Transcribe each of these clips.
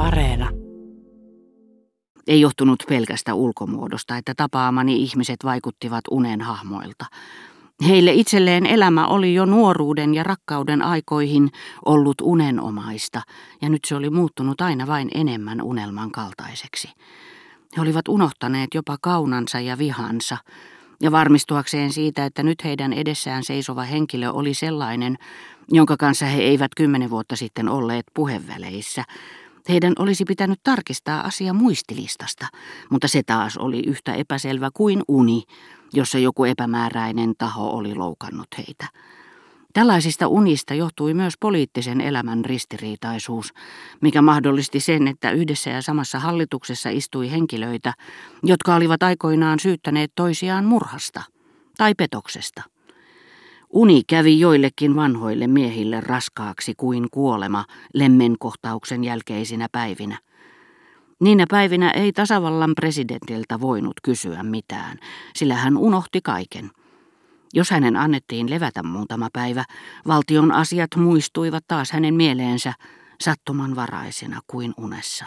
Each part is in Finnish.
Areena. Ei johtunut pelkästä ulkomuodosta, että tapaamani ihmiset vaikuttivat unen hahmoilta. Heille itselleen elämä oli jo nuoruuden ja rakkauden aikoihin ollut unenomaista, ja nyt se oli muuttunut aina vain enemmän unelman kaltaiseksi. He olivat unohtaneet jopa kaunansa ja vihansa, ja varmistuakseen siitä, että nyt heidän edessään seisova henkilö oli sellainen, jonka kanssa he eivät 10 vuotta sitten olleet puheväleissä, heidän olisi pitänyt tarkistaa asia muistilistasta, mutta se taas oli yhtä epäselvä kuin uni, jossa joku epämääräinen taho oli loukannut heitä. Tällaisista unista johtui myös poliittisen elämän ristiriitaisuus, mikä mahdollisti sen, että yhdessä ja samassa hallituksessa istui henkilöitä, jotka olivat aikoinaan syyttäneet toisiaan murhasta tai petoksesta. Uni kävi joillekin vanhoille miehille raskaaksi kuin kuolema lemmenkohtauksen jälkeisinä päivinä. Niinä päivinä ei tasavallan presidentiltä voinut kysyä mitään, sillä hän unohti kaiken. Jos hänen annettiin levätä muutama päivä, valtion asiat muistuivat taas hänen mieleensä sattumanvaraisina kuin unessa.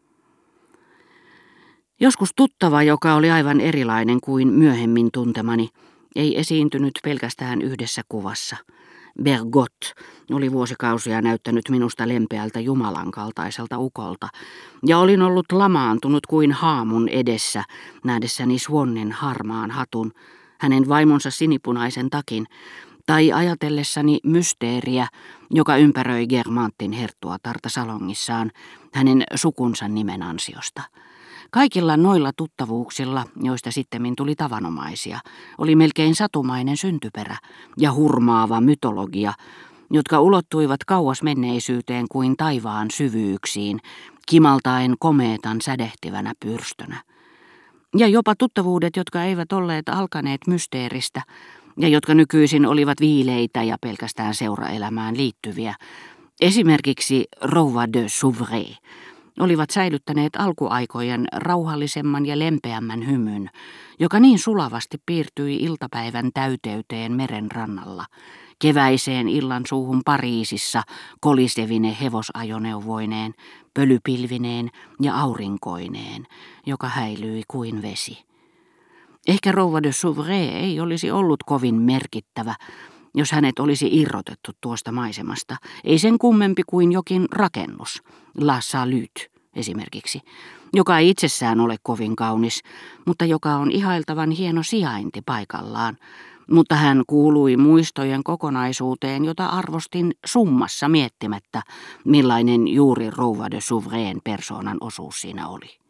Joskus tuttava, joka oli aivan erilainen kuin myöhemmin tuntemani, ei esiintynyt pelkästään yhdessä kuvassa. Bergot oli vuosikausia näyttänyt minusta lempeältä Jumalan kaltaiselta ukolta, ja olin ollut lamaantunut kuin haamun edessä nähdessäni Swannin harmaan hatun, hänen vaimonsa sinipunaisen takin, tai ajatellessani mysteeriä, joka ympäröi Germantin herttuatarta salongissaan hänen sukunsa nimen ansiosta. Kaikilla noilla tuttavuuksilla, joista sittemmin tuli tavanomaisia, oli melkein satumainen syntyperä ja hurmaava mytologia, jotka ulottuivat kauas menneisyyteen kuin taivaan syvyyksiin, kimaltaen komeetan sädehtivänä pyrstönä. Ja jopa tuttavuudet, jotka eivät olleet alkaneet mysteeristä, ja jotka nykyisin olivat viileitä ja pelkästään seuraelämään liittyviä, esimerkiksi rouva de Souvray, olivat säilyttäneet alkuaikojen rauhallisemman ja lempeämmän hymyn, joka niin sulavasti piirtyi iltapäivän täyteyteen meren rannalla, keväiseen illan suuhun Pariisissa kolisevine hevosajoneuvoineen, pölypilvineen ja aurinkoineen, joka häilyi kuin vesi. Ehkä rouva de Souvray ei olisi ollut kovin merkittävä, jos hänet olisi irrotettu tuosta maisemasta, ei sen kummempi kuin jokin rakennus, La Salute esimerkiksi, joka ei itsessään ole kovin kaunis, mutta joka on ihailtavan hieno sijainti paikallaan, mutta hän kuului muistojen kokonaisuuteen, jota arvostin summassa miettimättä, millainen juuri rouva de Souvrayn persoonan osuus siinä oli.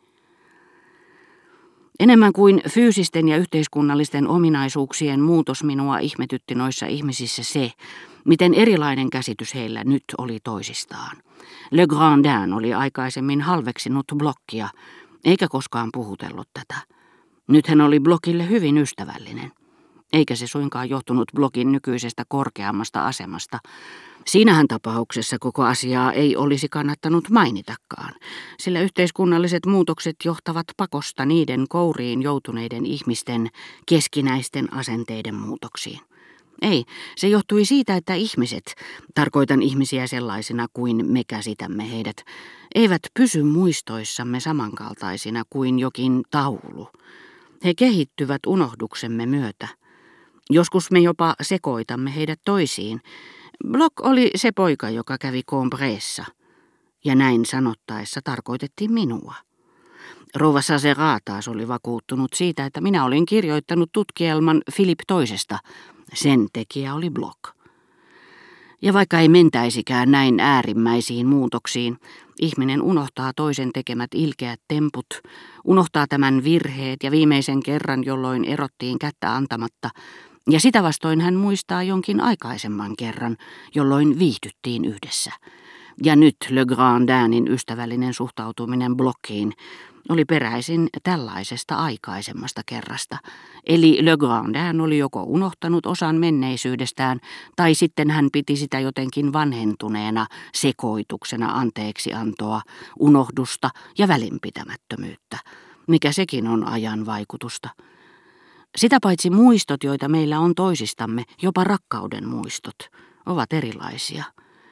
Enemmän kuin fyysisten ja yhteiskunnallisten ominaisuuksien muutos minua ihmetytti noissa ihmisissä se, miten erilainen käsitys heillä nyt oli toisistaan. Le Grandin oli aikaisemmin halveksinut Blockia, eikä koskaan puhutellut tätä. Nyt hän oli Blockille hyvin ystävällinen. Eikä se suinkaan johtunut Blockin nykyisestä korkeammasta asemasta. Siinähän tapauksessa koko asiaa ei olisi kannattanut mainitakaan, sillä yhteiskunnalliset muutokset johtavat pakosta niiden kouriin joutuneiden ihmisten keskinäisten asenteiden muutoksiin. Ei, se johtui siitä, että ihmiset, tarkoitan ihmisiä sellaisina kuin me käsitämme heidät, eivät pysy muistoissamme samankaltaisina kuin jokin taulu. He kehittyvät unohduksemme myötä. Joskus me jopa sekoitamme heidät toisiin. Bloch oli se poika, joka kävi Combreessa, ja näin sanottaessa tarkoitettiin minua. Rouva Sazerat taas oli vakuuttunut siitä, että minä olin kirjoittanut tutkielman Philip toisesta. Sen tekijä oli Bloch. Ja vaikka ei mentäisikään näin äärimmäisiin muutoksiin, ihminen unohtaa toisen tekemät ilkeät temput, unohtaa tämän virheet ja viimeisen kerran, jolloin erottiin kättä antamatta, ja sitä vastoin hän muistaa jonkin aikaisemman kerran, jolloin viihdyttiin yhdessä. Ja nyt Le Grandinin ystävällinen suhtautuminen Blockiin oli peräisin tällaisesta aikaisemmasta kerrasta. Eli Le Grandin oli joko unohtanut osan menneisyydestään, tai sitten hän piti sitä jotenkin vanhentuneena sekoituksena anteeksiantoa, unohdusta ja välinpitämättömyyttä, mikä sekin on ajan vaikutusta. Sitä paitsi muistot, joita meillä on toisistamme, jopa rakkauden muistot, ovat erilaisia.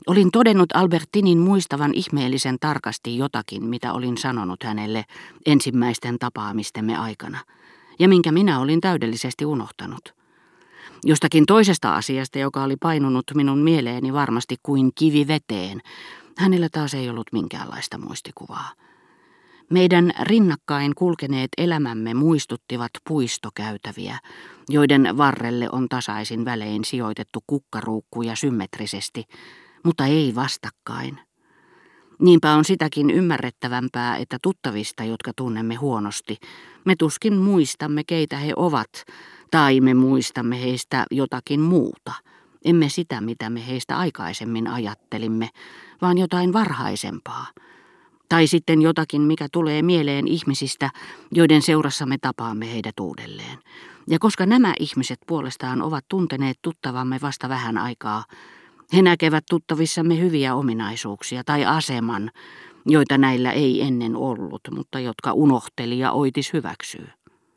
Olin todennut Albertinin muistavan ihmeellisen tarkasti jotakin, mitä olin sanonut hänelle ensimmäisten tapaamistemme aikana, ja minkä minä olin täydellisesti unohtanut. Jostakin toisesta asiasta, joka oli painunut minun mieleeni varmasti kuin kivi veteen, hänellä taas ei ollut minkäänlaista muistikuvaa. Meidän rinnakkain kulkeneet elämämme muistuttivat puistokäytäviä, joiden varrelle on tasaisin välein sijoitettu kukkaruukkuja symmetrisesti, mutta ei vastakkain. Niinpä on sitäkin ymmärrettävämpää, että tuttavista, jotka tunnemme huonosti, me tuskin muistamme, keitä he ovat, tai me muistamme heistä jotakin muuta. Emme sitä, mitä me heistä aikaisemmin ajattelimme, vaan jotain varhaisempaa. Tai sitten jotakin, mikä tulee mieleen ihmisistä, joiden seurassa me tapaamme heidät uudelleen. Ja koska nämä ihmiset puolestaan ovat tunteneet tuttavamme vasta vähän aikaa, he näkevät tuttavissamme hyviä ominaisuuksia tai aseman, joita näillä ei ennen ollut, mutta jotka unohtelija Oitis hyväksyy.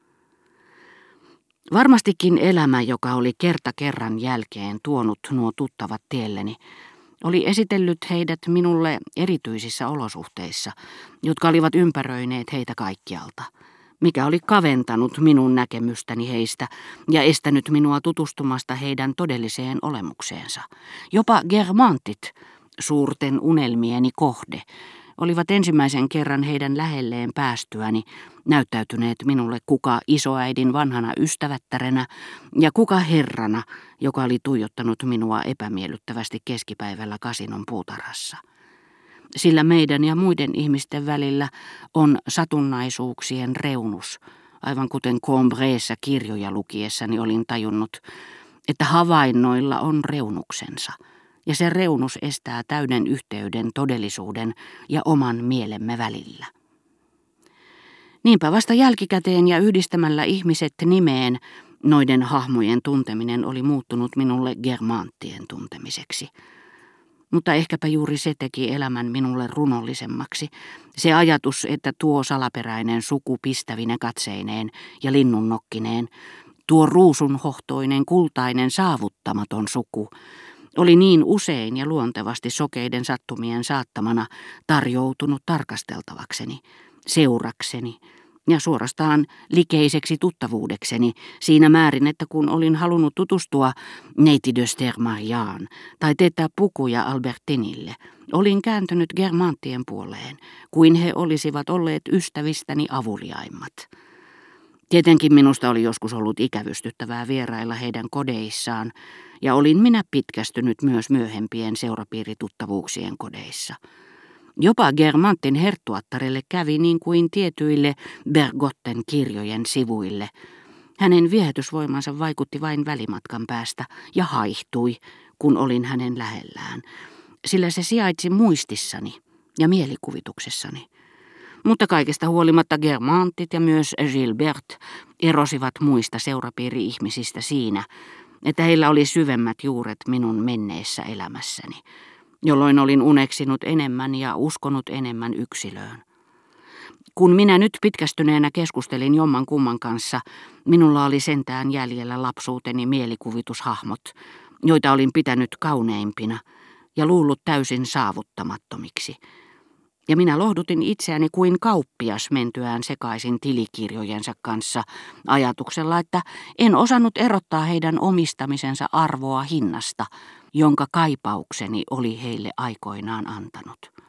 Varmastikin elämä, joka oli kerta kerran jälkeen tuonut nuo tuttavat tielleni, oli esitellyt heidät minulle erityisissä olosuhteissa, jotka olivat ympäröineet heitä kaikkialta, mikä oli kaventanut minun näkemystäni heistä ja estänyt minua tutustumasta heidän todelliseen olemukseensa. Jopa Guermantit, suurten unelmieni kohde, olivat ensimmäisen kerran heidän lähelleen päästyäni näyttäytyneet minulle kuka isoäidin vanhana ystävättärenä ja kuka herrana, joka oli tuijottanut minua epämiellyttävästi keskipäivällä kasinon puutarhassa. Sillä meidän ja muiden ihmisten välillä on satunnaisuuksien reunus, aivan kuten Combreessa kirjoja lukiessani olin tajunnut, että havainnoilla on reunuksensa. Ja se reunus estää täyden yhteyden todellisuuden ja oman mielemme välillä. Niinpä vasta jälkikäteen ja yhdistämällä ihmiset nimeen, noiden hahmojen tunteminen oli muuttunut minulle Guermanttien tuntemiseksi. Mutta ehkäpä juuri se teki elämän minulle runollisemmaksi, se ajatus, että tuo salaperäinen suku pistävine katseineen ja linnunnokkineen, tuo ruusunhohtoinen, kultainen, saavuttamaton suku, oli niin usein ja luontevasti sokeiden sattumien saattamana tarjoutunut tarkasteltavakseni, seurakseni ja suorastaan likeiseksi tuttavuudekseni siinä määrin, että kun olin halunnut tutustua neiti de Stermariaan tai teettää pukuja Albertinille, olin kääntynyt Guermanttien puoleen, kuin he olisivat olleet ystävistäni avuliaimmat. Tietenkin minusta oli joskus ollut ikävystyttävää vierailla heidän kodeissaan, ja olin minä pitkästynyt myös myöhempien seurapiirituttavuuksien kodeissa. Jopa Guermantin herttuattarelle kävi niin kuin tietyille Bergotten kirjojen sivuille. Hänen viehätysvoimansa vaikutti vain välimatkan päästä ja haihtui, kun olin hänen lähellään, sillä se sijaitsi muistissani ja mielikuvituksessani. Mutta kaikesta huolimatta Guermantit ja myös Gilbert erosivat muista seurapiiri-ihmisistä siinä, että heillä oli syvemmät juuret minun menneessä elämässäni, jolloin olin uneksinut enemmän ja uskonut enemmän yksilöön. Kun minä nyt pitkästyneenä keskustelin jomman kumman kanssa, minulla oli sentään jäljellä lapsuuteni mielikuvitushahmot, joita olin pitänyt kauneimpina ja luullut täysin saavuttamattomiksi. Ja minä lohdutin itseäni kuin kauppias mentyään sekaisin tilikirjojensa kanssa ajatuksella, että en osannut erottaa heidän omistamisensa arvoa hinnasta, jonka kaipaukseni oli heille aikoinaan antanut.